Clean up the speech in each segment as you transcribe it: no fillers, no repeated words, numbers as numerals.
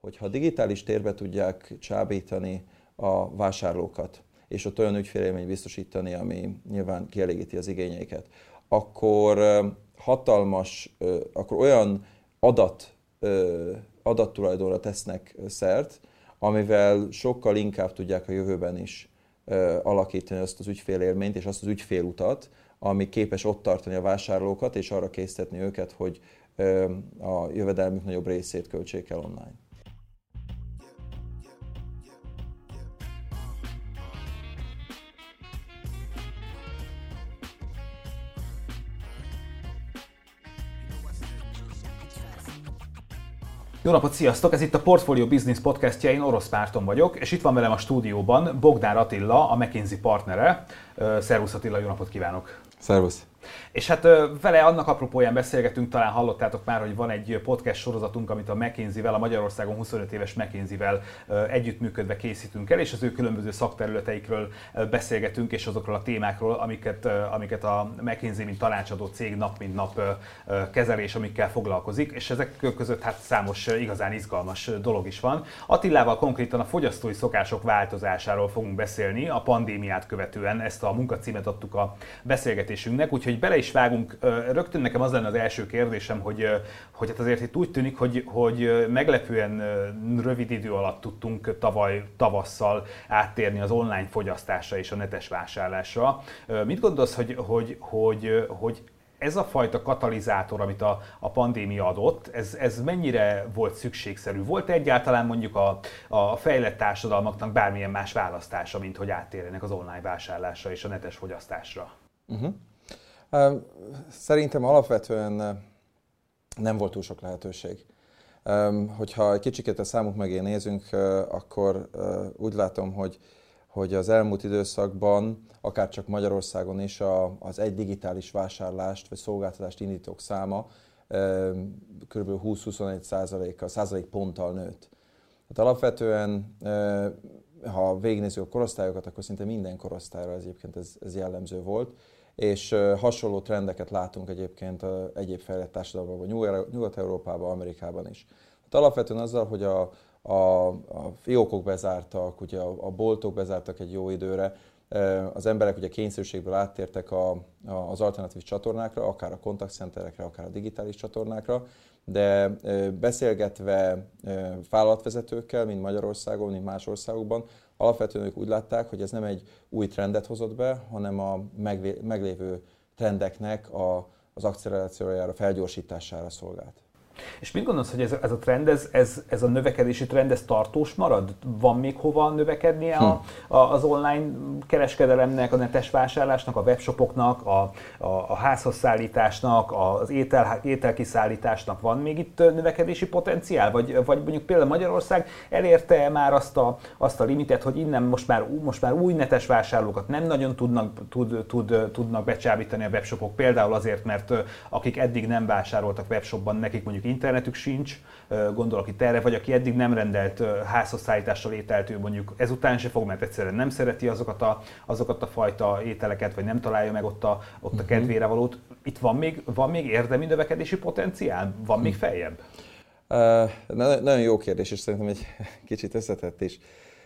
hogyha digitális térbe tudják csábítani a vásárlókat, és ott olyan ügyfélélményt biztosítani, ami nyilván kielégíti az igényeiket, akkor akkor olyan adattulajdonra tesznek szert, amivel sokkal inkább tudják a jövőben is alakítani azt az ügyfélélményt és azt az ügyfélutat, ami képes ott tartani a vásárlókat, és arra késztetni őket, hogy a jövedelmük nagyobb részét költsék el online. Jó napot, sziasztok! Ez itt a Portfolio Business podcastja, én Orosz Márton vagyok, és itt van velem a stúdióban Bogdár Attila, a McKinsey partnere. Szervusz Attila, jó napot kívánok! Szervusz! És hát vele annak apropóján beszélgetünk, talán hallottátok már, hogy van egy podcast sorozatunk, amit a McKinsey-vel, a Magyarországon 25 éves McKinsey-vel együttműködve készítünk el, és az ő különböző szakterületeikről beszélgetünk, és azokról a témákról, amiket a McKinsey, mint tanácsadó cég nap mint nap kezel, és amikkel foglalkozik, és ezek között hát számos igazán izgalmas dolog is van. Attilával konkrétan a fogyasztói szokások változásáról fogunk beszélni, a pandémiát követően, ezt a munkacímet adtuk a beszélgetésünknek, úgyhogy bele is vágunk. Rögtön nekem az lenne az első kérdésem, hogy hát azért itt úgy tűnik, hogy meglepően rövid idő alatt tudtunk tavaly tavasszal áttérni az online fogyasztásra és a netes vásárlásra. Mit gondolsz, hogy ez a fajta katalizátor, amit a pandémia adott, ez mennyire volt szükségszerű? Volt egyáltalán mondjuk a fejlett társadalmaknak bármilyen más választása, mint hogy áttérjenek az online vásárlásra és a netes fogyasztásra? Szerintem alapvetően nem volt túl sok lehetőség. Hogyha egy kicsikét a számok mögé nézünk, akkor úgy látom, hogy az elmúlt időszakban, akár csak Magyarországon is az egy digitális vásárlást vagy szolgáltatást indítók száma kb. 20-21% százalékponttal nőtt. Tehát alapvetően, ha végignézzük a korosztályokat, akkor szinte minden korosztályra egyébként ez jellemző volt, és hasonló trendeket látunk egyébként egyéb fejlett társadalmakban, Nyugat-Európában, Amerikában is. Hát alapvetően azzal, hogy a fiókok bezártak, ugye a boltok bezártak egy jó időre, az emberek ugye kényszerűségből áttértek az alternatív csatornákra, akár a kontaktcenterekre, akár a digitális csatornákra, de beszélgetve vállalatvezetőkkel, mind Magyarországon, mind más országokban, alapvetően ők úgy látták, hogy ez nem egy új trendet hozott be, hanem a meglévő trendeknek az accelerációjára, felgyorsítására szolgált. És mit gondolsz, hogy ez a trend, ez a növekedési trend, ez tartós marad? Van még hova növekednie az online kereskedelemnek, a netes vásárlásnak, a webshopoknak, a házhoz szállításnak, az ételkiszállításnak? Van még itt növekedési potenciál? Vagy mondjuk például Magyarország elérte már azt a limitet, hogy innen most már új netes vásárlókat nem nagyon tudnak becsábítani a webshopok, például azért, mert akik eddig nem vásároltak webshopban, nekik mondjuk internetük sincs, gondolok itt erre, vagy aki eddig nem rendelt házhoz szállítással ételt, ő mondjuk ezután se fog, mert egyszerűen nem szereti azokat a fajta ételeket, vagy nem találja meg ott a kedvére valót. Itt van még érdemi növekedési potenciál? Van még feljebb? Nagyon jó kérdés, és szerintem egy kicsit összetett is.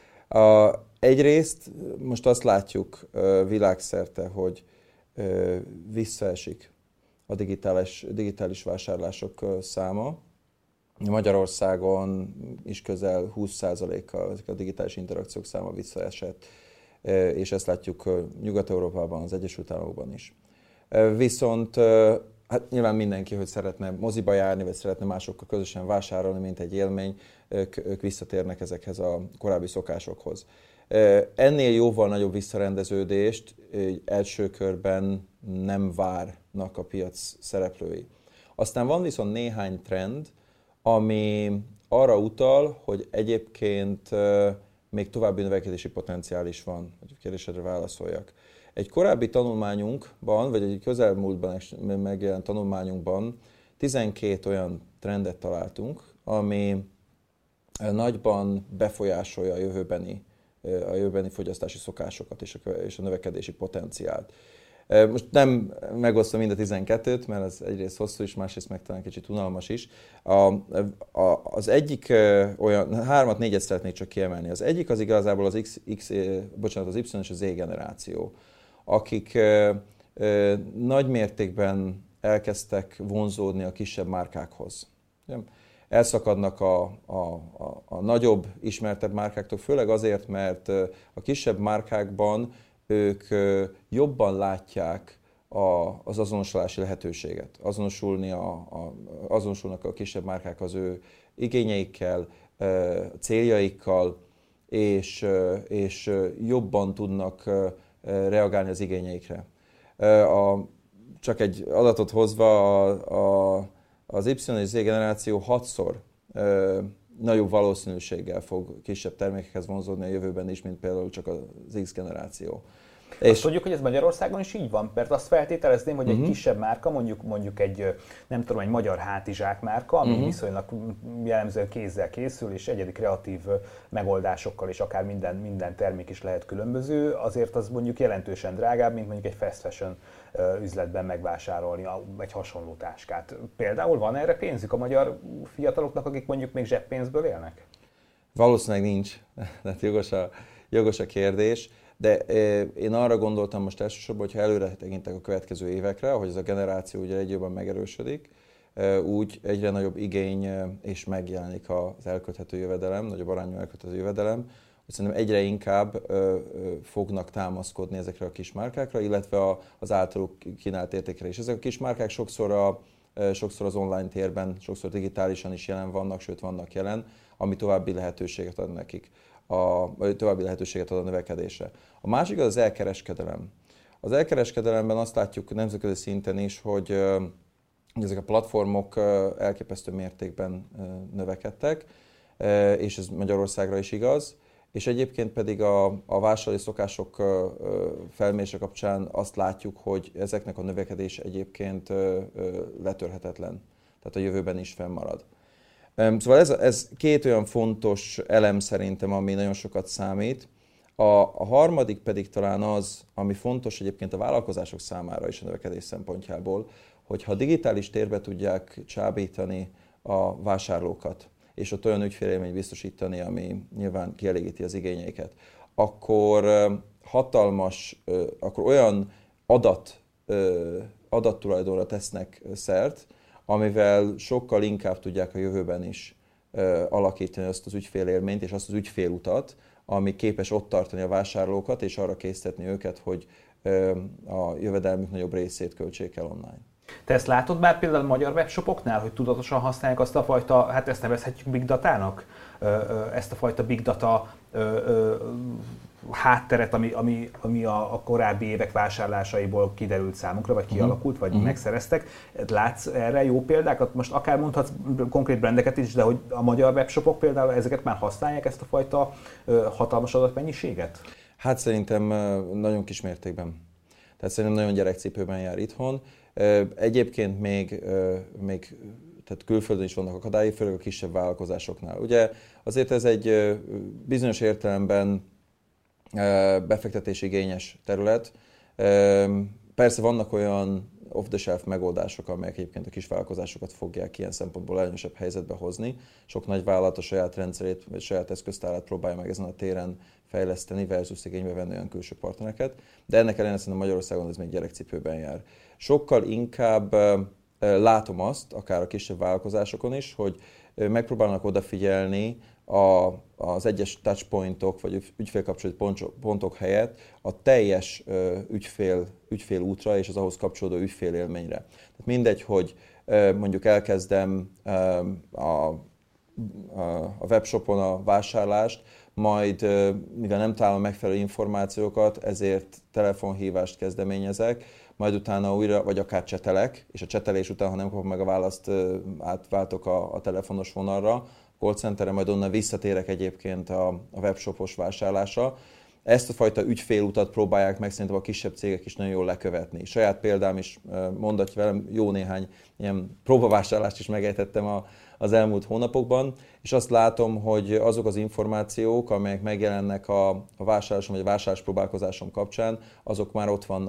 Egyrészt most azt látjuk világszerte, hogy visszaesik a digitális vásárlások száma. Magyarországon is közel 20%-a a digitális interakciók száma visszaesett, és ezt látjuk Nyugat-Európában, az Egyesült Államokban is. Viszont hát nyilván mindenki, hogy szeretne moziba járni, vagy szeretne másokkal közösen vásárolni, mint egy élmény, ők visszatérnek ezekhez a korábbi szokásokhoz. Ennél jóval nagyobb visszarendeződést első körben nem várnak a piac szereplői. Aztán van viszont néhány trend, ami arra utal, hogy egyébként még további növekedési potenciál is van, hogy a kérdésedre válaszoljak. Egy korábbi tanulmányunkban, vagy egy közelmúltban megjelent tanulmányunkban 12 olyan trendet találtunk, ami nagyban befolyásolja a jövőbeni fogyasztási szokásokat és a növekedési potenciált. Most nem megosztom mind a 12-t, mert az egyrészt hosszú is, másrészt meg talán kicsit unalmas is. Az egyik olyan, 3-4-et szeretnék csak kiemelni. Az egyik az igazából az az Y és az Z generáció, akik nagy mértékben elkezdtek vonzódni a kisebb márkákhoz. Elszakadnak a nagyobb, ismertebb márkáktól, főleg azért, mert a kisebb márkákban ők jobban látják az azonosulási lehetőséget. Azonosulnak a kisebb márkák az ő igényeikkel, céljaikkal, és jobban tudnak reagálni az igényeikre. Csak egy adatot hozva, az Y és Z generáció 6-szor nagyobb valószínűséggel fog kisebb termékekhez vonzódni a jövőben is, mint például csak az X generáció. Azt tudjuk, hogy ez Magyarországon is így van, mert azt feltételezném, hogy egy kisebb márka, mondjuk egy, nem tudom, egy magyar hátizsák márka, ami viszonylag jellemzően kézzel készül, és egyedi kreatív megoldásokkal, és akár minden termék is lehet különböző, azért az mondjuk jelentősen drágább, mint mondjuk egy fast fashion üzletben megvásárolni egy hasonló táskát. Például van erre pénzük a magyar fiataloknak, akik mondjuk még zseppénzből élnek? Valószínűleg nincs, tehát jogos a kérdés. De én arra gondoltam most elsősorban, hogy ha előre tekintek a következő évekre, hogy ez a generáció ugye egyre jobban megerősödik, úgy egyre nagyobb igény és megjelenik az elkölthető jövedelem, nagyobb arányú elkölthető jövedelem, hogy szerintem egyre inkább fognak támaszkodni ezekre a kis márkákra, illetve az általuk kínált értékre is. Ezek a kis márkák sokszor az online térben, sokszor digitálisan is jelen vannak, sőt vannak jelen, ami további lehetőséget ad nekik. További lehetőséget ad a növekedésre. A másik az elkereskedelem. Az elkereskedelemben azt látjuk nemzetközi szinten is, hogy ezek a platformok elképesztő mértékben növekedtek, és ez Magyarországra is igaz, és egyébként pedig a vásárlói szokások felmérése kapcsán azt látjuk, hogy ezeknek a növekedése egyébként letörhetetlen, tehát a jövőben is fennmarad. Szóval ez két olyan fontos elem szerintem, ami nagyon sokat számít. A harmadik pedig talán az, ami fontos egyébként a vállalkozások számára is a növekedés szempontjából, hogyha a digitális térbe tudják csábítani a vásárlókat, és ott olyan ügyfélélményt biztosítani, ami nyilván kielégíti az igényeiket, akkor akkor olyan adattulajdonra tesznek szert, amivel sokkal inkább tudják a jövőben is alakítani azt az ügyfélélményt és azt az ügyfélutat, ami képes ott tartani a vásárlókat, és arra késztetni őket, hogy a jövedelmük nagyobb részét költsék el online. Te ezt látod már például a magyar webshopoknál, hogy tudatosan használják azt a fajta, hát ezt nevezhetjük big datának? Ezt a fajta big data hátteret, ami a korábbi évek vásárlásaiból kiderült számunkra, vagy kialakult, vagy megszereztek. Látsz erre jó példákat? Most akár mondhatsz konkrét brandeket is, de hogy a magyar webshopok például ezeket már használják, ezt a fajta hatalmas adatmennyiséget? Hát szerintem nagyon kis mértékben. Tehát szerintem nagyon gyerekcipőben jár itthon. Egyébként még tehát külföldön is vannak akadályok, főleg a kisebb vállalkozásoknál. Ugye azért ez egy bizonyos értelemben befektetésigényes terület. Persze vannak olyan off-the-shelf megoldások, amelyek egyébként a kisvállalkozásokat fogják ilyen szempontból előnyösebb helyzetbe hozni. Sok nagy vállalat a saját rendszerét, vagy saját eszköztárát próbálja meg ezen a téren fejleszteni, versus igénybe venni olyan külső partnereket. De ennek ellenére szerintem Magyarországon ez még gyerekcipőben jár. Sokkal inkább látom azt, akár a kisebb vállalkozásokon is, hogy megpróbálnak odafigyelni az egyes touchpointok vagy ügyfélkapcsolati pontok helyett a teljes ügyfél útra és az ahhoz kapcsolódó ügyfélélményre. Tehát mindegy, hogy mondjuk elkezdem a webshopon a vásárlást, majd mivel nem találom megfelelő információkat, ezért telefonhívást kezdeményezek, majd utána újra, vagy akár csetelek, és a csetelés után, ha nem kapom meg a választ, átváltok a telefonos vonalra, call centerre, majd onnan visszatérek egyébként a webshopos vásárlásra. Ezt a fajta ügyfélutat próbálják meg szerintem a kisebb cégek is nagyon jól lekövetni. Saját példám is mondatja velem, jó néhány ilyen próbavásárlást is megejtettem az elmúlt hónapokban, és azt látom, hogy azok az információk, amelyek megjelennek a vásárláson vagy a vásárláspróbálkozásom kapcsán, azok már ott vannak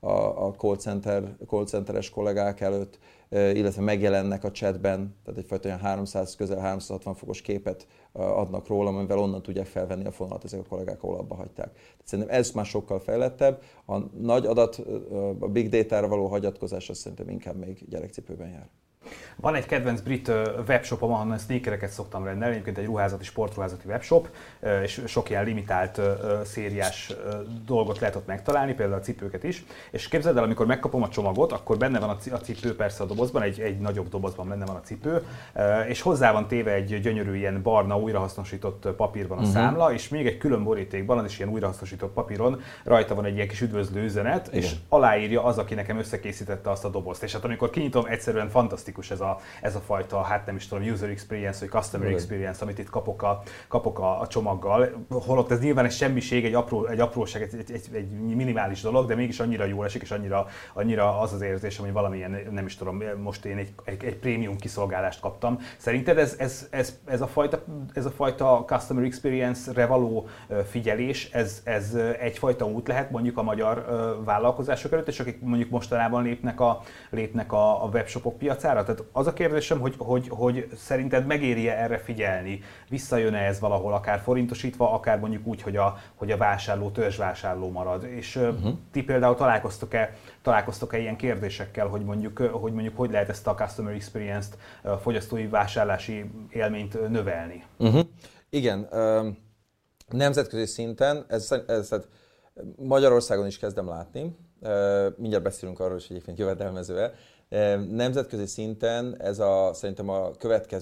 a call centeres kollégák előtt, illetve megjelennek a chatben, tehát egyfajta olyan közel 360 fokos képet adnak róla, amivel onnan tudják felvenni a fonalat ezek a kollégák, ahol abba hagyták. Tehát szerintem ez már sokkal fejlettebb, a nagy adat, a big data-ra való hagyatkozás az szerintem inkább még gyerekcipőben jár. Van egy kedvenc brit webshopom, ahonnan sneakereket szoktam rendelni, egyébként egy ruházati, sportruházati webshop, és sok ilyen limitált szériás dolgot lehet ott megtalálni, például a cipőket is. És képzeld el, amikor megkapom a csomagot, akkor benne van a cipő persze a dobozban, egy nagyobb dobozban benne van a cipő, és hozzá van téve egy gyönyörű ilyen barna újrahasznosított papírban a számla, és még egy külön borítékban, az is ilyen újrahasznosított papíron rajta van egy ilyen kis üdvözlő üzenet, és aláírja az, aki nekem összekészítette azt a dobozt. És hát amikor kinyitom, egyszerűen fantasztikus ez a fajta, hát nem is tudom, user experience, vagy customer experience, amit itt kapok a csomaggal. Holott ez nyilván egy semmiség, egy apróság, egy minimális dolog, de mégis annyira jól esik, és annyira az az érzésem, hogy valamilyen, nem is tudom, most én egy prémium kiszolgálást kaptam. Szerinted ez a fajta customer experience-re való figyelés, ez egyfajta út lehet mondjuk a magyar vállalkozások előtt, és akik mondjuk mostanában lépnek a webshopok piacára? Tehát az a kérdésem, hogy szerinted megéri-e erre figyelni? Visszajön-e ez valahol, akár forintosítva, akár mondjuk úgy, hogy a vásárló törzsvásárló marad? És ti például találkoztok-e ilyen kérdésekkel, hogy mondjuk lehet ezt a customer experience-t, fogyasztói vásárlási élményt növelni? Igen, nemzetközi szinten, ez Magyarországon is kezdem látni, mindjárt beszélünk arról is egyébként jövedelmezővel. Nemzetközi szinten ez szerintem a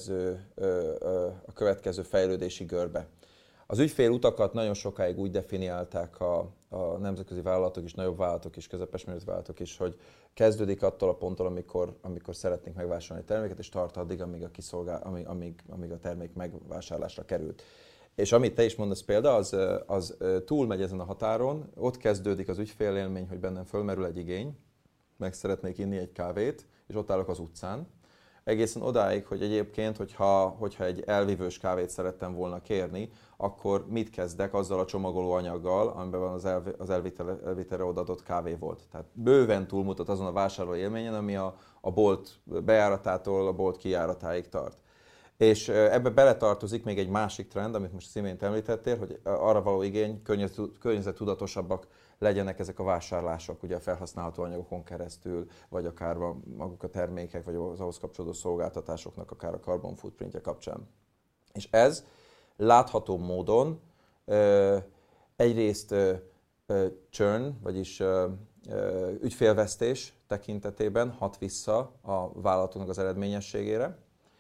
következő fejlődési görbe. Az ügyfélutakat nagyon sokáig úgy definiálták a nemzetközi vállalatok is, nagyobb vállalatok is, közepes méretű vállalatok is, hogy kezdődik attól a ponttól, amikor szeretnénk megvásárolni a terméket, és tart addig, amíg a termék megvásárlásra került. És amit te is mondasz példa, az túlmegy ezen a határon, ott kezdődik az ügyfélélmény, hogy bennem fölmerül egy igény, meg szeretnék inni egy kávét, és ott állok az utcán. Egészen odáig, hogy egyébként, hogyha egy elvívős kávét szerettem volna kérni, akkor mit kezdek azzal a csomagoló anyaggal, amiben van az elvitelre odaadott kávé volt. Tehát bőven túlmutat azon a vásárló élményen, ami a bolt bejáratától a bolt kijáratáig tart. És ebbe beletartozik még egy másik trend, amit most az imént említettél, hogy arra való igény, környezettudatosabbak legyenek ezek a vásárlások, ugye a felhasználható anyagokon keresztül, vagy akár maguk a termékek, vagy az ahhoz kapcsolódó szolgáltatásoknak akár a carbon footprintje kapcsán. És ez látható módon egyrészt churn, vagyis ügyfélvesztés tekintetében hat vissza a vállalatoknak az eredményességére.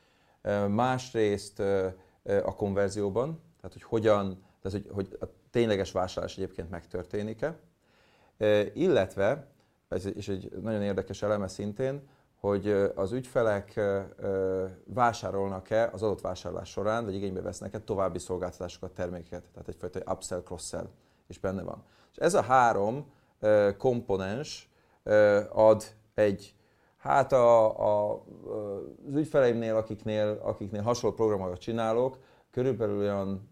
Másrészt a konverzióban, tehát hogy a tényleges vásárlás egyébként megtörténik-e, illetve, és egy nagyon érdekes eleme szintén, hogy az ügyfelek vásárolnak-e az adott vásárlás során, vagy igénybe vesznek-e további szolgáltatásokat, termékeket, tehát egyfajta upsell, cross-sell is benne van. És ez a három komponens ad egy, hát az ügyfeleimnél, akiknél hasonló programokat csinálok, körülbelül olyan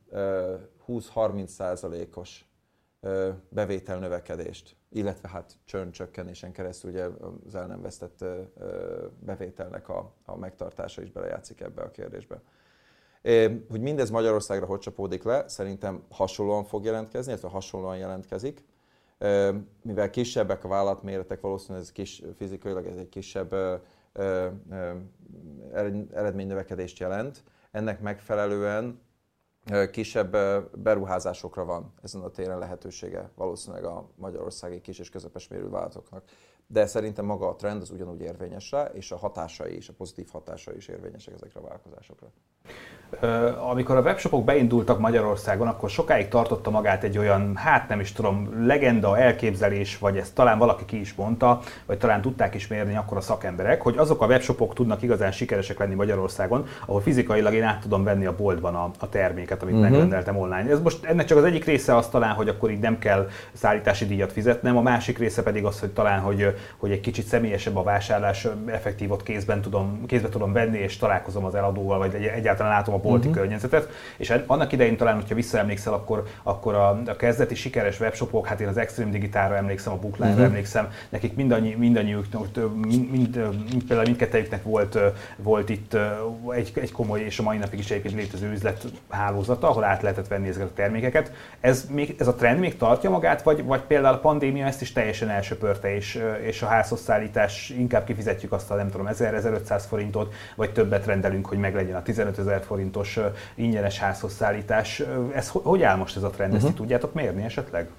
20-30%-os bevétel növekedést, illetve hát churn csökkenésen keresztül ugye az el nem vesztett bevételnek a megtartása is belejátszik ebbe a kérdésbe. Hogy mindez Magyarországra hogy csapódik le, szerintem hasonlóan fog jelentkezni, illetve hasonlóan jelentkezik. Mivel kisebbek a vállalatméretek, valószínűleg ez fizikailag ez egy kisebb eredménynövekedést jelent. Ennek megfelelően kisebb beruházásokra van ezen a téren lehetősége valószínűleg a magyarországi kis és közepes méretű vállalatoknak. De szerintem maga a trend az ugyanúgy érvényes rá, és a hatásai is, a pozitív hatásai is érvényesek ezekre a vállalkozásokra. Amikor a webshopok beindultak Magyarországon, akkor sokáig tartotta magát egy olyan, hát nem is tudom, legenda, elképzelés, vagy ezt talán valaki ki is mondta, vagy talán tudták is mérni akkor a szakemberek, hogy azok a webshopok tudnak igazán sikeresek lenni Magyarországon, ahol fizikailag én át tudom venni a boltban a terméket, amit megrendeltem online. Ez most ennek csak az egyik része az talán, hogy akkor így nem kell szállítási díjat fizetnem, a másik része pedig az, hogy talán, hogy hogy egy kicsit személyesebb a vásárlás, effektív ott kézbe tudom venni, és találkozom az eladóval, vagy egyáltalán látom a bolti környezetet. És annak idején talán, hogyha visszaemlékszel, akkor a kezdeti sikeres webshopok, hát én az Extreme Digitalra emlékszem, a Bookline-ra emlékszem, nekik például mindkettejüknek volt itt egy komoly, és a mai napig is egyébként létező üzlethálózata, ahol át lehetett venni ezeket a termékeket. Ez a trend még tartja magát, vagy például a pandémia ezt is teljesen elsöpörte, és a házhozszállítás, inkább kifizetjük azt a nem tudom 1000-1500 forintot, vagy többet rendelünk, hogy meglegyen a 15 000 forintos ingyenes házhozszállítás. Ez hogy áll most ez a trend? Ezt tudjátok mérni esetleg?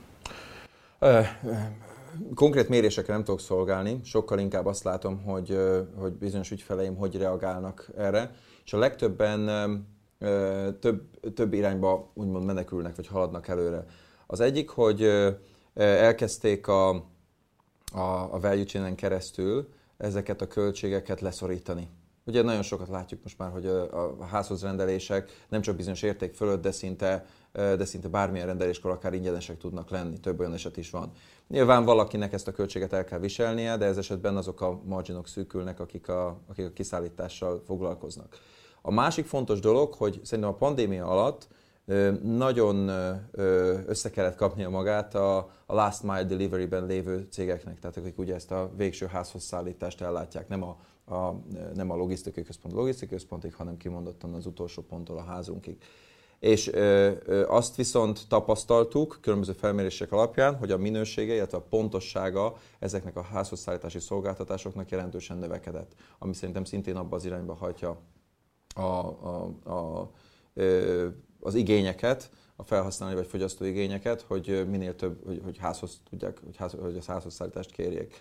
Konkrét mérésekre nem tudok szolgálni, sokkal inkább azt látom, hogy bizonyos ügyfeleim hogy reagálnak erre, és a legtöbben több irányba úgymond menekülnek, vagy haladnak előre. Az egyik, hogy elkezdték a value chain-en keresztül ezeket a költségeket leszorítani. Ugye nagyon sokat látjuk most már, hogy a házhoz rendelések nem csak bizonyos érték fölött, de szinte bármilyen rendeléskor akár ingyenesek tudnak lenni, több olyan eset is van. Nyilván valakinek ezt a költséget el kell viselnie, de ez esetben azok a marginok szűkülnek, akik a kiszállítással foglalkoznak. A másik fontos dolog, hogy szerintem a pandémia alatt nagyon össze kellett kapnia magát a last mile delivery-ben lévő cégeknek, tehát akik ugye ezt a végső házhoz szállítást ellátják, nem a logisztikai központig, hanem kimondottan az utolsó ponttól a házunkig. És azt viszont tapasztaltuk különböző felmérések alapján, hogy a minősége, illetve a pontossága ezeknek a házhozszállítási szolgáltatásoknak jelentősen növekedett, ami szerintem szintén abba az irányba hajtja az igényeket, a felhasználói vagy fogyasztó igényeket, hogy minél több, hogy házhoz tudják, hogy a házhozszállítást kérjék.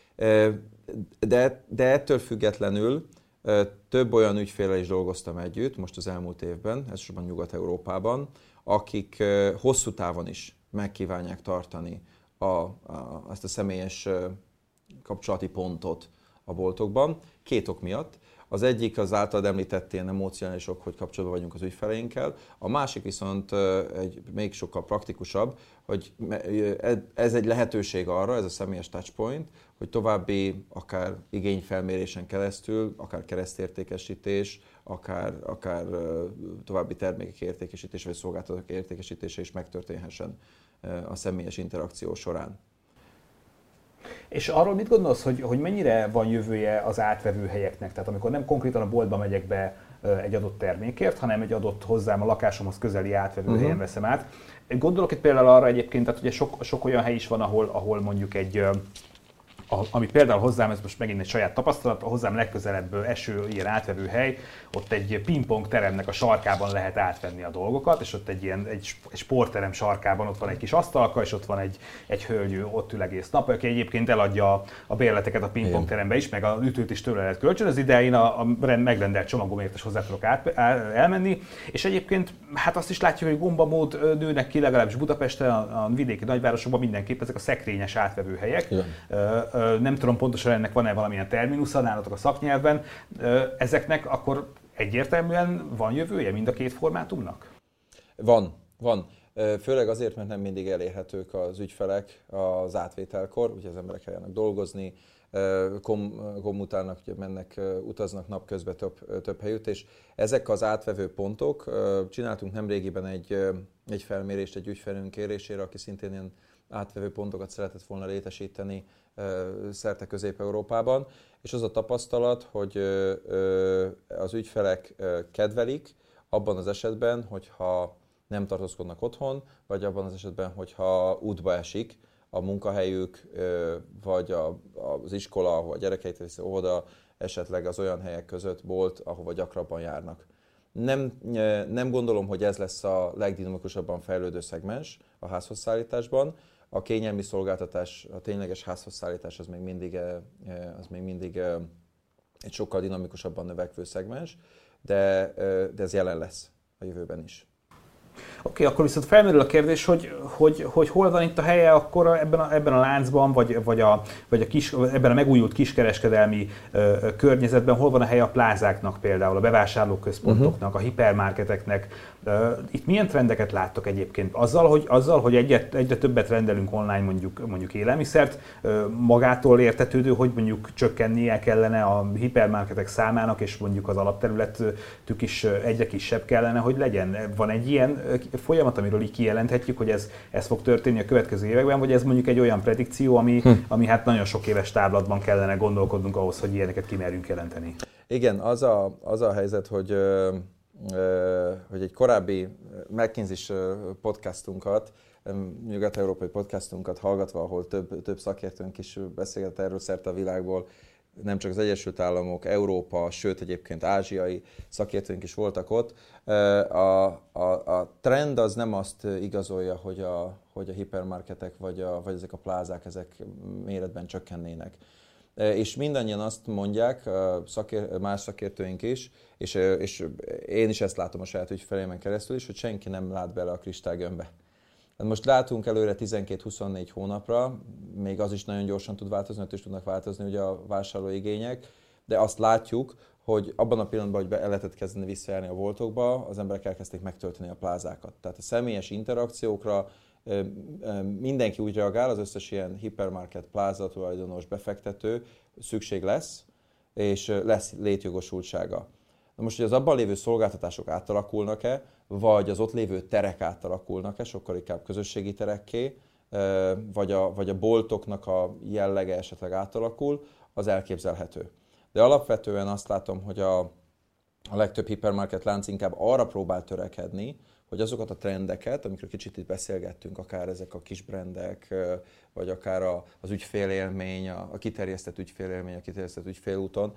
De ettől függetlenül több olyan ügyféllel is dolgoztam együtt most az elmúlt évben, elsősorban Nyugat-Európában, akik hosszú távon is megkívánják tartani ezt a személyes kapcsolati pontot a boltokban, két ok miatt. Az egyik az általad említett ilyen emocionális ok, hogy kapcsolatban vagyunk az ügyfeleinkkel, a másik viszont még sokkal praktikusabb, hogy ez egy lehetőség arra, ez a személyes touchpoint, hogy további akár igényfelmérésen keresztül, akár keresztértékesítés, akár további termékek értékesítése vagy szolgáltatók értékesítése is megtörténhessen a személyes interakció során. És arról mit gondolsz, hogy mennyire van jövője az átvevő helyeknek? Tehát amikor nem konkrétan a boltba megyek be egy adott termékért, hanem egy adott hozzám a lakásomhoz közeli átvevő helyen veszem át. Gondolok itt például arra egyébként, tehát ugye sok olyan hely is van, ahol mondjuk ami például hozzám, ez most megint egy saját tapasztalat, a hozzám legközelebb eső ilyen átvevő hely, ott egy pingpong teremnek a sarkában lehet átvenni a dolgokat, és ott egy sportterem sarkában ott van egy kis asztalka, és ott van egy hölgy, ott ül egész nap, aki egyébként eladja a bérleteket a pingpong terembe is, meg a ütőt is tőle lehet kölcsönözni, de én a megrendelt csomagomért is hozzá tudok elmenni, és egyébként hát azt is látjuk, hogy gombamód nőnek ki legalábbis Budapesten, a vidéki nagyvárosokban mindenképp ezek a szekrényes átvevő helyek. Nem tudom pontosan ennek van-e valamilyen terminusza nálatok a szaknyelvben, ezeknek akkor egyértelműen van jövője mind a két formátumnak? Van. Főleg azért, mert nem mindig elérhetők az ügyfelek az átvételkor, ugye az emberek eljelennek dolgozni, kommutálnak, ugye mennek, utaznak napközben több helyütt, és ezek az átvevő pontok, csináltunk nemrégiben egy felmérést egy ügyfelünk kérésére, aki szintén ilyen átvevő pontokat szeretett volna létesíteni szerte Közép-Európában, és az a tapasztalat, hogy az ügyfelek kedvelik abban az esetben, hogyha nem tartózkodnak otthon, vagy abban az esetben, hogyha útba esik a munkahelyük, vagy az iskola, ahol a gyerekeit viszi óvoda, esetleg az olyan helyek között bolt, ahova gyakrabban járnak. Nem gondolom, hogy ez lesz a legdinamikusabban fejlődő szegmens a házhozszállításban. A kényelmi szolgáltatás, a tényleges házhozszállítás az még mindig egy sokkal dinamikusabban növekvő szegmens, de ez jelen lesz a jövőben is. Oké, akkor viszont felmerül a kérdés, hogy hol van itt a helye akkor ebben a láncban, vagy ebben a megújult kiskereskedelmi környezetben, hol van a helye a plázáknak például, a bevásárlóközpontoknak, a hipermarketeknek, Itt milyen trendeket láttok egyébként? Azzal, hogy egyre többet rendelünk online mondjuk élelmiszert, magától értetődő, hogy mondjuk csökkennie kellene a hipermarketek számának, és mondjuk az alapterületük is egyre kisebb kellene, hogy legyen. Van egy ilyen folyamat, amiről így kijelenthetjük, hogy ez fog történni a következő években, vagy ez mondjuk egy olyan predikció, ami hát nagyon sok éves távlatban kellene gondolkodnunk ahhoz, hogy ilyeneket kimerjünk jelenteni? Igen, az a helyzet, hogy egy korábbi McKinsey-s podcastunkat, nyugat-európai podcastunkat hallgatva, ahol több szakértőnk is beszélget erről szerte a világból, nem csak az Egyesült Államok, Európa, sőt egyébként ázsiai szakértőink is voltak ott. A trend az nem azt igazolja, hogy a hipermarketek vagy ezek a plázák ezek méretben csökkennének. És mindannyian azt mondják, más szakértőink is, és én is ezt látom a saját ügyfeleimen keresztül is, hogy senki nem lát bele a kristálygömbbe. Most látunk előre 12-24 hónapra, még az is nagyon gyorsan tud változni, ott is tudnak változni ugye a vásárlóigények, de azt látjuk, hogy abban a pillanatban, hogy el lehetett kezdeni visszajárni a boltokba, az emberek elkezdték megtölteni a plázákat. Tehát a személyes interakciókra mindenki úgy reagál, az összes ilyen hipermarket, pláza tulajdonos, befektető, szükség lesz, és lesz létjogosultsága. Na most, hogy az abban lévő szolgáltatások átalakulnak-e, vagy az ott lévő terek átalakulnak-e, sokkal inkább közösségi terekké, vagy a boltoknak a jellege esetleg átalakul, az elképzelhető. De alapvetően azt látom, hogy a legtöbb hipermarket lánc inkább arra próbál törekedni, hogy azokat a trendeket, amikről kicsit itt beszélgettünk, akár ezek a kis brandek, vagy akár az ügyfélélmény, a kiterjesztett ügyfélélmény, a kiterjesztett ügyfélúton,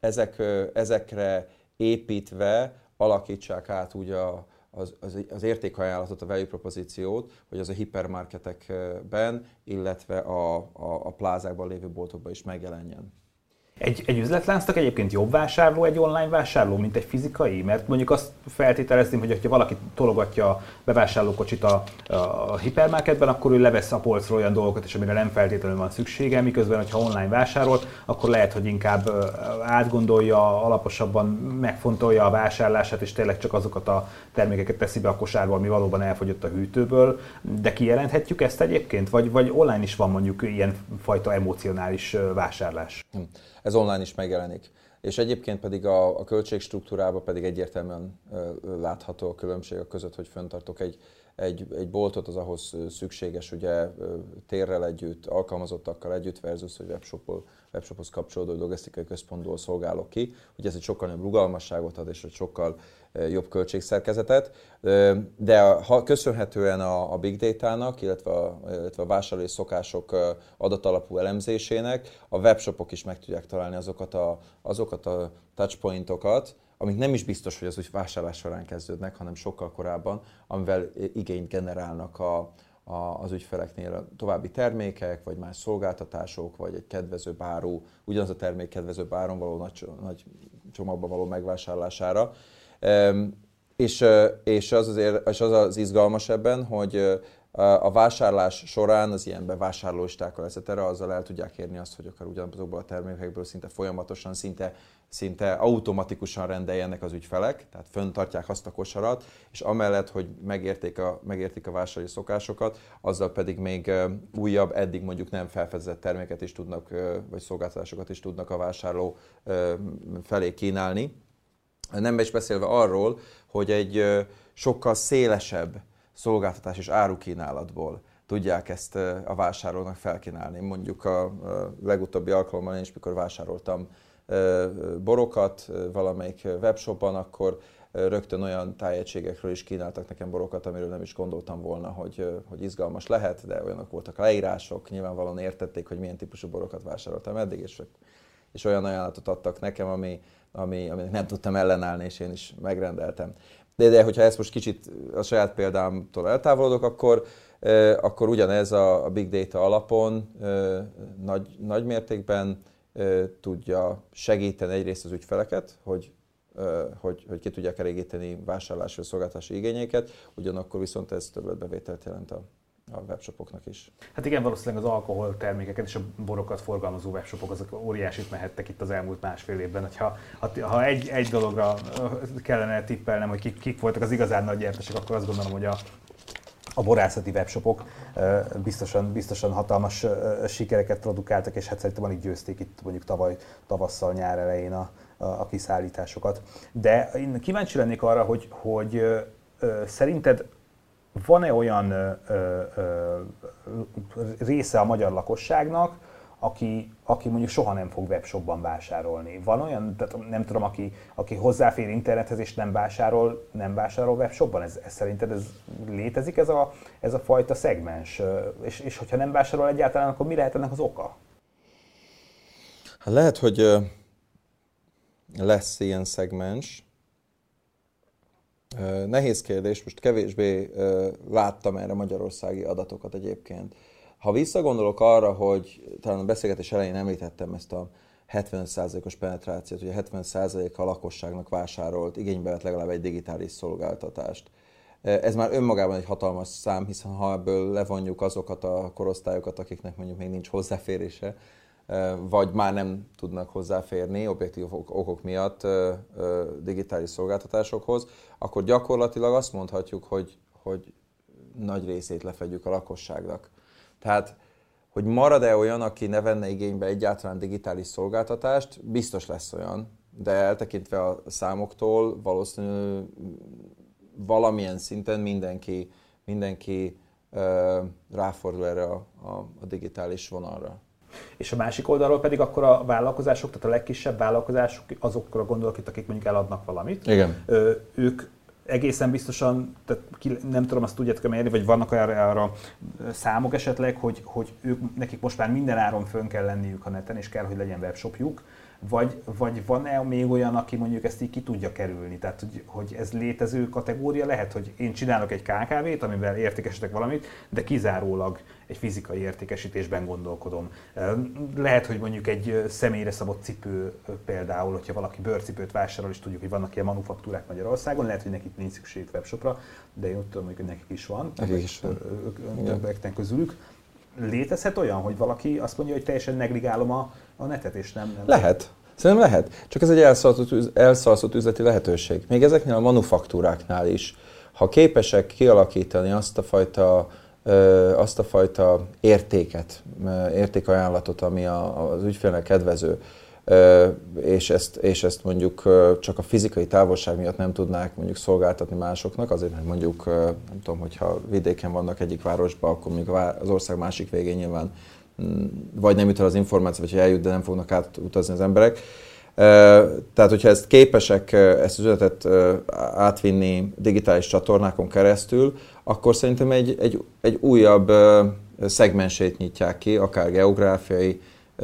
ezekre építve alakítsák át úgy az értékajánlatot, a value propozíciót, hogy az a hipermarketekben, illetve a plázákban lévő boltokban is megjelenjen. Egy üzletláncnak egyébként jobb vásárló egy online vásárló, mint egy fizikai? Mert mondjuk azt feltételezném, hogy ha valaki tologatja a bevásárlókocsit a hipermarketben, akkor ő levesz a polcról olyan dolgokat is, amire nem feltétlenül van szüksége, miközben, hogyha online vásárol, akkor lehet, hogy inkább átgondolja, alaposabban megfontolja a vásárlását, és tényleg csak azokat a termékeket teszi be a kosárba, ami valóban elfogyott a hűtőből. De kijelenthetjük ezt egyébként? Vagy online is van mondjuk ilyen fajta emocionális vásárlás? Ez online is megjelenik. És egyébként pedig a költségstruktúrában pedig egyértelműen látható a különbség a között, hogy fenntartok egy boltot, az ahhoz szükséges ugye térrel együtt, alkalmazottakkal együtt versus, hogy webshophoz kapcsolódó logisztikai központból szolgálok ki. Ugye ez egy sokkal nagyobb rugalmasságot ad és egy sokkal jobb költségszerkezetet, de köszönhetően a big data-nak, illetve a vásárlói szokások adatalapú elemzésének a webshopok is meg tudják találni azokat a touchpointokat, amik nem is biztos, hogy az úgy vásárlás során kezdődnek, hanem sokkal korábban, amivel igényt generálnak az ügyfeleknél további termékek, vagy más szolgáltatások, vagy egy kedvezőbb áru, ugyanaz a termék kedvezőbb áron való nagy csomagban való megvásárlására. És az izgalmas ebben, hogy a vásárlás során az ilyen bevásárlólistákkal, etc. azzal el tudják érni azt, hogy akár ugyanazokból a termékekből szinte folyamatosan, szinte automatikusan rendeljenek az ügyfelek, tehát fönntartják azt a kosarat, és amellett, hogy megértik a vásárlói szokásokat, azzal pedig még újabb, eddig mondjuk nem felfedezett terméket is tudnak, vagy szolgáltatásokat is tudnak a vásárló felé kínálni. Nem is beszélve arról, hogy egy sokkal szélesebb szolgáltatás és árukínálatból tudják ezt a vásárlónak felkínálni. Mondjuk a legutóbbi alkalommal én is, mikor vásároltam borokat valamelyik webshopban, akkor rögtön olyan tájegységekről is kínáltak nekem borokat, amiről nem is gondoltam volna, hogy izgalmas lehet, de olyanok voltak a leírások, nyilvánvalóan értették, hogy milyen típusú borokat vásároltam eddig, és olyan ajánlatot adtak nekem, aminek nem tudtam ellenállni, és én is megrendeltem. De hogyha ezt most kicsit a saját példámtól eltávolodok, akkor ugyanez a big data alapon nagy mértékben tudja segíteni egyrészt az ügyfeleket, hogy ki tudják elégíteni vásárlási vagy szolgáltatási igényeiket, ugyanakkor viszont ez többletbevételt jelent a webshopoknak is. Hát igen, valószínűleg az alkoholtermékeket és a borokat forgalmazó webshopok azok óriásit mehettek itt az elmúlt másfél évben. Ha egy dologra kellene tippelnem, hogy kik voltak az igazán nagy gyertesek, akkor azt gondolom, hogy a borászati webshopok biztosan hatalmas sikereket produkáltak, és hát szerintem alig győzték itt mondjuk tavaly tavasszal, nyár elején a kiszállításokat. De én kíváncsi lennék arra, hogy szerinted van-e olyan része a magyar lakosságnak, aki mondjuk soha nem fog webshopban vásárolni? Van olyan, tehát nem tudom, aki hozzáfér internethez és nem vásárol webshopban? Szerinted létezik ez a fajta szegmens? És hogyha nem vásárol egyáltalán, akkor mi lehet ennek az oka? Hát lehet, hogy lesz ilyen szegmens. Nehéz kérdés, most kevésbé láttam erre magyarországi adatokat egyébként. Ha visszagondolok arra, hogy talán a beszélgetés elején említettem ezt a 75%-os penetrációt, ugye 75% a lakosságnak vásárolt, igénybe vett legalább egy digitális szolgáltatást. Ez már önmagában egy hatalmas szám, hiszen ha ebből levonjuk azokat a korosztályokat, akiknek mondjuk még nincs hozzáférése, vagy már nem tudnak hozzáférni objektív okok miatt digitális szolgáltatásokhoz, akkor gyakorlatilag azt mondhatjuk, hogy nagy részét lefedjük a lakosságnak. Tehát, hogy marad-e olyan, aki ne venne igénybe egyáltalán digitális szolgáltatást, biztos lesz olyan, de eltekintve a számoktól valószínűleg valamilyen szinten mindenki ráfordul erre a digitális vonalra. És a másik oldalról pedig akkor a vállalkozások, tehát a legkisebb vállalkozások, azokra gondolok itt, akik mondjuk eladnak valamit. Igen. Ők egészen biztosan, tehát nem tudom, azt tudjátok mérni, vagy vannak arra számok esetleg, hogy nekik most már minden áron fönn kell lenniük a neten, és kell, hogy legyen webshopjuk, vagy van-e még olyan, aki mondjuk ezt így ki tudja kerülni? Tehát, hogy ez létező kategória lehet, hogy én csinálok egy KKV-t, amivel értékesítek valamit, de kizárólag egy fizikai értékesítésben gondolkodom. Lehet, hogy mondjuk egy személyre szabott cipő például, hogyha valaki bőrcipőt vásárol, és tudjuk, hogy vannak ilyen manufaktúrák Magyarországon, lehet, hogy nekik nincs szükségük webshopra, de én úgy tudom, hogy nekik is van. Nekik is van. Többeknek közülük. Létezhet olyan, hogy valaki azt mondja, hogy teljesen negligálom a netet, és nem... Lehet. Szerintem lehet. Csak ez egy elszalasztott üzleti lehetőség. Még ezeknél a manufaktúráknál is. Ha képesek kialakítani azt a fajta értékajánlatot, ami az ügyfélnek kedvező, és ezt mondjuk csak a fizikai távolság miatt nem tudnák mondjuk szolgáltatni másoknak, azért, mert mondjuk, nem tudom, hogyha vidéken vannak egyik városban, akkor mondjuk az ország másik végén nyilván vagy nem jut el az információ, vagy eljut, de nem fognak átutazni az emberek. Tehát, hogyha ezt képesek ezt az üzletet átvinni digitális csatornákon keresztül, akkor szerintem egy újabb szegmensét nyitják ki, akár geográfiai,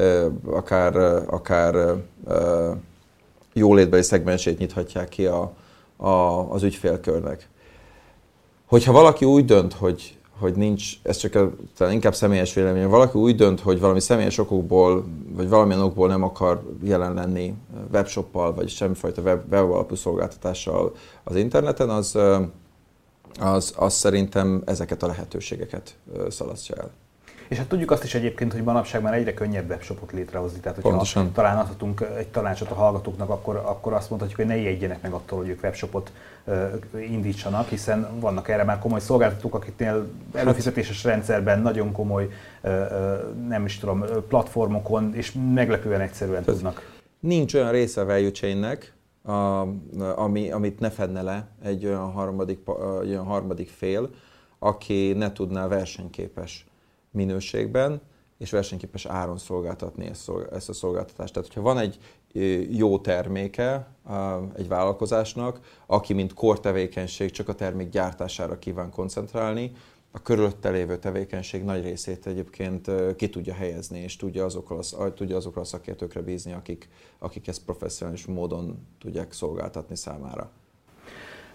akár jólétbeli szegmensét nyithatják ki az ügyfélkörnek. Hogyha valaki úgy dönt, hogy nincs, ez csak talán inkább személyes vélemény, valaki úgy dönt, hogy valami személyes okokból, vagy valamilyen okból nem akar jelen lenni webshoppal, vagy semmifajta web alapú szolgáltatással az interneten, az szerintem ezeket a lehetőségeket szalasztja el. És hát tudjuk azt is egyébként, hogy manapság már egyre könnyebb webshopot létrehozni. Tehát, hogyha talán adhatunk egy tanácsot a hallgatóknak, akkor azt mondhatjuk, hogy ne ijedjenek meg attól, hogy ők webshopot indítsanak, hiszen vannak erre már komoly szolgáltatók, akiknél előfizetéses rendszerben nagyon komoly, nem is tudom, platformokon, és meglepően egyszerűen tudnak. Nincs olyan része a value chainnek, amit ne fedne le egy olyan harmadik fél, aki ne tudná versenyképes minőségben és versenyképes áron szolgáltatni ezt a szolgáltatást. Tehát, hogyha van egy jó terméke egy vállalkozásnak, aki mint core tevékenység csak a termék gyártására kíván koncentrálni, a körülötte lévő tevékenység nagy részét egyébként ki tudja helyezni, és tudja azokra a szakértőkre bízni, akik ezt professzionális módon tudják szolgáltatni számára.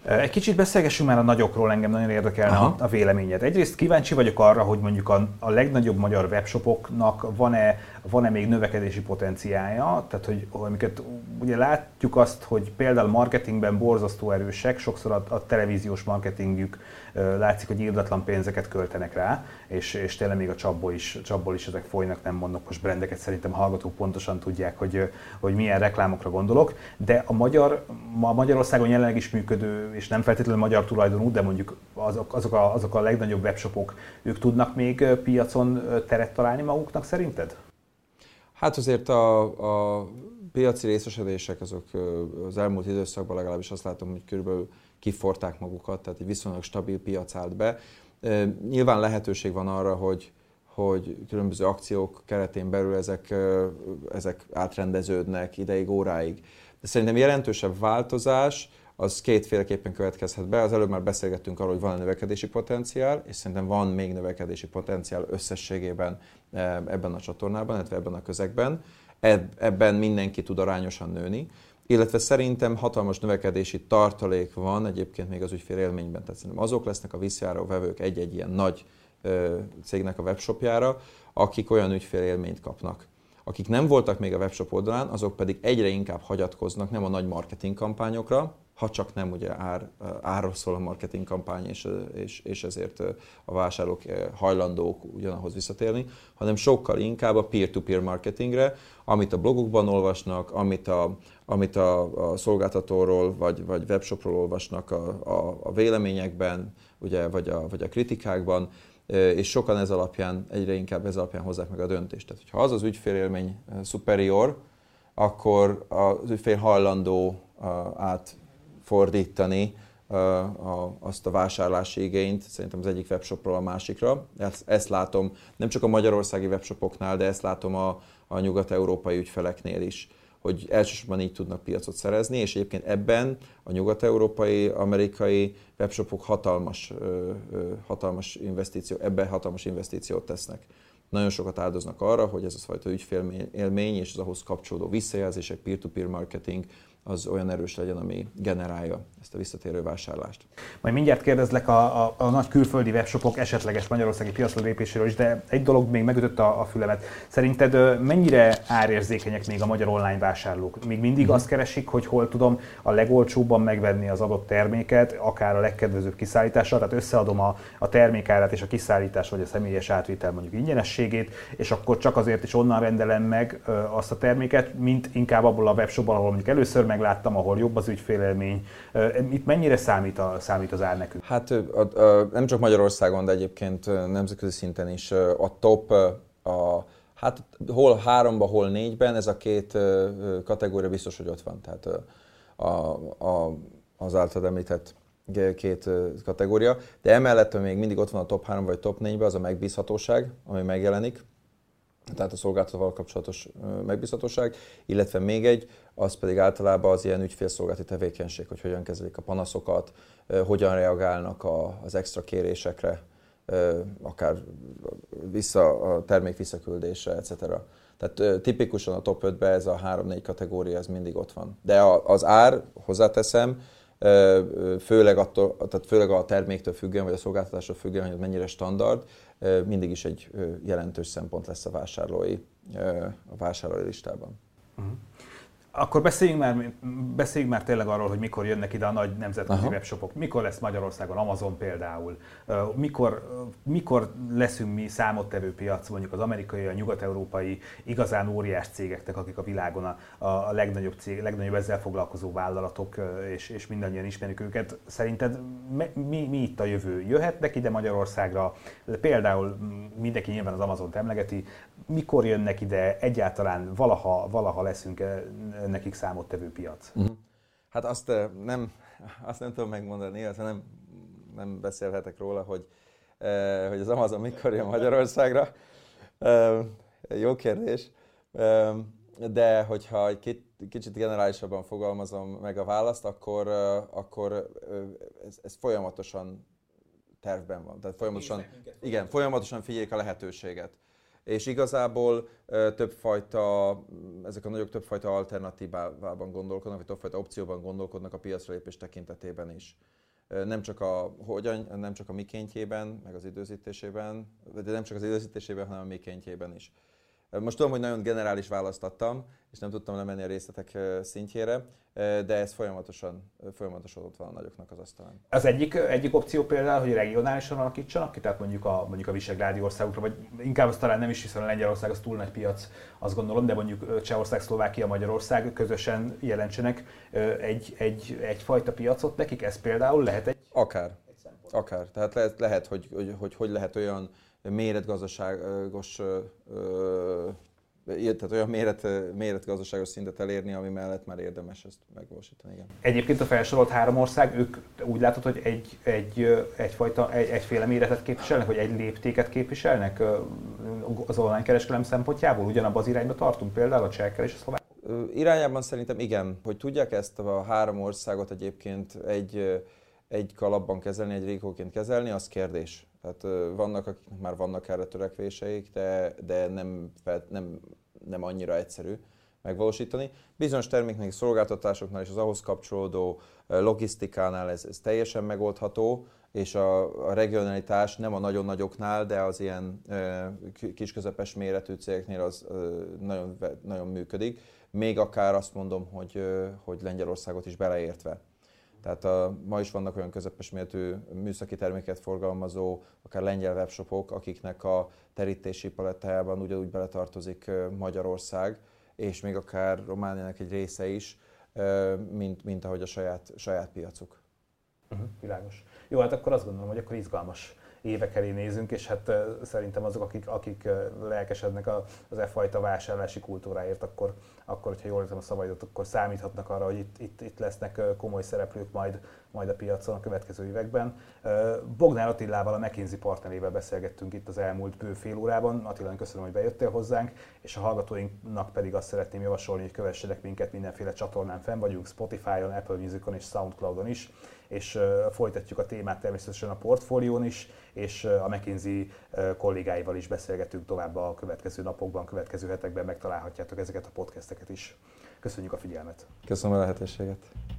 Egy kicsit beszélgessünk már a nagyokról, engem nagyon érdekelne a véleményed. Egyrészt kíváncsi vagyok arra, hogy mondjuk a legnagyobb magyar webshopoknak van-e még növekedési potenciálja, tehát hogy amiket ugye látjuk azt, hogy például marketingben borzasztó erősek, sokszor a televíziós marketingjük látszik, hogy irdatlan pénzeket költenek rá, és tényleg még a csapból is ezek folynak, nem mondok most brandeket, szerintem a hallgatók pontosan tudják, hogy milyen reklámokra gondolok, de a Magyarországon jelenleg is működő, és nem feltétlenül magyar tulajdonú, de mondjuk azok a legnagyobb webshopok, ők tudnak még piacon teret találni maguknak szerinted? Hát azért a piaci részesedések azok az elmúlt időszakban legalábbis azt látom, hogy körülbelül kiforták magukat, tehát egy viszonylag stabil piac állt be. Nyilván lehetőség van arra, hogy különböző akciók keretén belül ezek átrendeződnek ideig, óráig. De szerintem jelentősebb változás az kétféleképpen következhet be. Az előbb már beszélgettünk arról, hogy van növekedési potenciál, és szerintem van még növekedési potenciál összességében ebben a csatornában, illetve ebben a közegben. Ebben mindenki tud arányosan nőni, illetve szerintem hatalmas növekedési tartalék van egyébként még az ügyfél élményben. Tehát szerintem azok lesznek a visszajáró vevők egy-egy ilyen nagy cégnek a webshopjára, akik olyan ügyfél élményt kapnak. Akik nem voltak még a webshop oldalán, azok pedig egyre inkább hagyatkoznak nem a nagy marketing kampányokra, ha csak nem ugye árról szól a marketing kampány, és ezért a vásárlók hajlandók ugyanahoz visszatérni, hanem sokkal inkább a peer-to-peer marketingre, amit a blogokban olvasnak, amit a szolgáltatóról vagy webshopról olvasnak a véleményekben, ugye, vagy a kritikákban, és sokan egyre inkább ez alapján hozzák meg a döntést. Tehát, hogyha az az ügyfélélmény superior, akkor az ügyfél hajlandó átfordítani azt a vásárlási igényt, szerintem az egyik webshopról a másikra. Ezt látom nem csak a magyarországi webshopoknál, de ezt látom a nyugat-európai ügyfeleknél is, hogy elsősorban így tudnak piacot szerezni, és egyébként ebben a nyugat-európai, amerikai webshopok hatalmas investíciót tesznek. Nagyon sokat áldoznak arra, hogy ez a fajta ügyfélélmény és az ahhoz kapcsolódó visszajelzések, peer-to-peer marketing az olyan erős legyen, ami generálja ezt a visszatérő vásárlást. Majd mindjárt kérdezlek a nagy külföldi webshopok esetleges magyarországi piacra lépéséről is, de egy dolog még megütött a fülemet. Szerinted mennyire árérzékenyek még a magyar online vásárlók? Még mindig azt keresik, hogy hol tudom a legolcsóbban megvenni az adott terméket, akár a legkedvezőbb kiszállítással, tehát összeadom a termékárát és a kiszállítás vagy a személyes átvitel mondjuk ingyenességét, és akkor csak azért is onnan rendelem meg azt a terméket, mint inkább abból a webshopból, ahol mondjuk először megláttam, ahol jobb az ügyfélélmény. Itt mennyire számít az ár nekünk? Hát nem csak Magyarországon, de egyébként nemzetközi szinten is a top, hát hol 3-ban, hol 4-ben, ez a két kategória biztos, hogy ott van. Tehát az általad említett két kategória. De emellett még mindig ott van a top 3 vagy top 4-ben az a megbízhatóság, ami megjelenik. Tehát a szolgáltatóval kapcsolatos megbízhatóság, illetve még egy, az pedig általában az ilyen ügyfélszolgálati tevékenység, hogy hogyan kezelik a panaszokat, hogyan reagálnak az extra kérésekre, akár a termék visszaküldésre, etc. Tehát tipikusan a top 5-ben ez a 3-4 kategória, ez mindig ott van. De az ár, hozzáteszem, főleg a terméktől függően, vagy a szolgáltatástól függően, hogy mennyire standard, mindig is egy jelentős szempont lesz a vásárlói listában. Akkor beszéljünk már tényleg arról, hogy mikor jönnek ide a nagy nemzetközi webshopok. Mikor lesz Magyarországon Amazon például? Mikor leszünk mi számottevő piac mondjuk az amerikai, a nyugat-európai igazán óriás cégeknek, akik a világon a legnagyobb ezzel foglalkozó vállalatok, és mindannyian ismerjük őket. Szerinted mi itt a jövő? Jöhetnek ide Magyarországra? Például mindenki nyilván az Amazont emlegeti. Mikor jönnek ide? Egyáltalán valaha leszünk nekik számottevő piac? Hát azt nem tudom megmondani, illetve nem beszélhetek róla, hogy az Amazon mikor jön Magyarországra. Jó kérdés. De hogyha egy kicsit generálisabban fogalmazom meg a választ, akkor ez folyamatosan tervben van. Tehát folyamatosan figyeljék a lehetőséget. És igazából ezek a nagyok többfajta alternatívában gondolkodnak, vagy többfajta opcióban gondolkodnak a piacra lépés tekintetében is. nem csak a mikéntjében, meg az időzítésében, de nem csak az időzítésében, hanem a mikéntjében is. Most tudom, hogy nagyon generális választ adtam, és nem tudtam lemenni a részletek szintjére, de ez folyamatosan ott van a nagyoknak az asztalán. Az egyik opció például, hogy regionálisan alakítsanak ki, tehát mondjuk a visegrádi országokra, vagy inkább az talán nem is, hiszen a Lengyelország az túl nagy piac, azt gondolom, de mondjuk Csehország, Szlovákia, Magyarország közösen jelentsenek egyfajta piacot nekik, ez például lehet egy... Akár. Tehát lehet, hogy lehet olyan méretgazdaságos tehát olyan méretgazdaságos szintet elérni, ami mellett már érdemes ezt megvalósítani. Igen. Egyébként a felsorolt 3 ország, ők úgy látod, hogy egyféle méretet képviselnek, vagy egy léptéket képviselnek az online kereskedelem szempontjából? Ugyanabban az irányba tartunk például a csehekkel és a szlovákkal? Irányában szerintem igen. Hogy tudják ezt a 3 országot egyébként egy kalapban kezelni, egy régióként kezelni, az kérdés. Tehát vannak, akiknek már vannak erre törekvéseik, de nem annyira egyszerű megvalósítani. Bizonyos terméknek, szolgáltatásoknál és az ahhoz kapcsolódó logisztikánál ez teljesen megoldható, és a regionalitás nem a nagyon nagyoknál, de az ilyen kis-közepes méretű cégeknél az nagyon, nagyon működik. Még akár azt mondom, hogy Lengyelországot is beleértve. Tehát ma is vannak olyan közepes méretű műszaki terméket forgalmazó, akár lengyel webshopok, akiknek a terítési palettájában ugyanúgy beletartozik Magyarország, és még akár Romániának egy része is, mint ahogy a saját piacuk. Világos. Jó, hát akkor azt gondolom, hogy akkor izgalmas évek elé nézünk, és hát szerintem azok, akik lelkesednek az fajta vásárlási kultúráért, akkor hogyha jól értem a szavaidat, akkor számíthatnak arra, hogy itt lesznek komoly szereplők majd a piacon a következő években. Bognár Attilával, a McKinsey partnerével beszélgettünk itt az elmúlt bő fél órában. Attila, köszönöm, hogy bejöttél hozzánk, és a hallgatóinknak pedig azt szeretném javasolni, hogy kövessenek minket mindenféle csatornán, fenn vagyunk, Spotify-on, Apple Musicon és Soundcloudon is, és folytatjuk a témát természetesen a portfólión is, és a McKinsey kollégáival is beszélgetünk tovább a következő napokban, következő hetekben, megtalálhatjátok ezeket a podcasteket is. Köszönjük a figyelmet! Köszönöm a lehetőséget!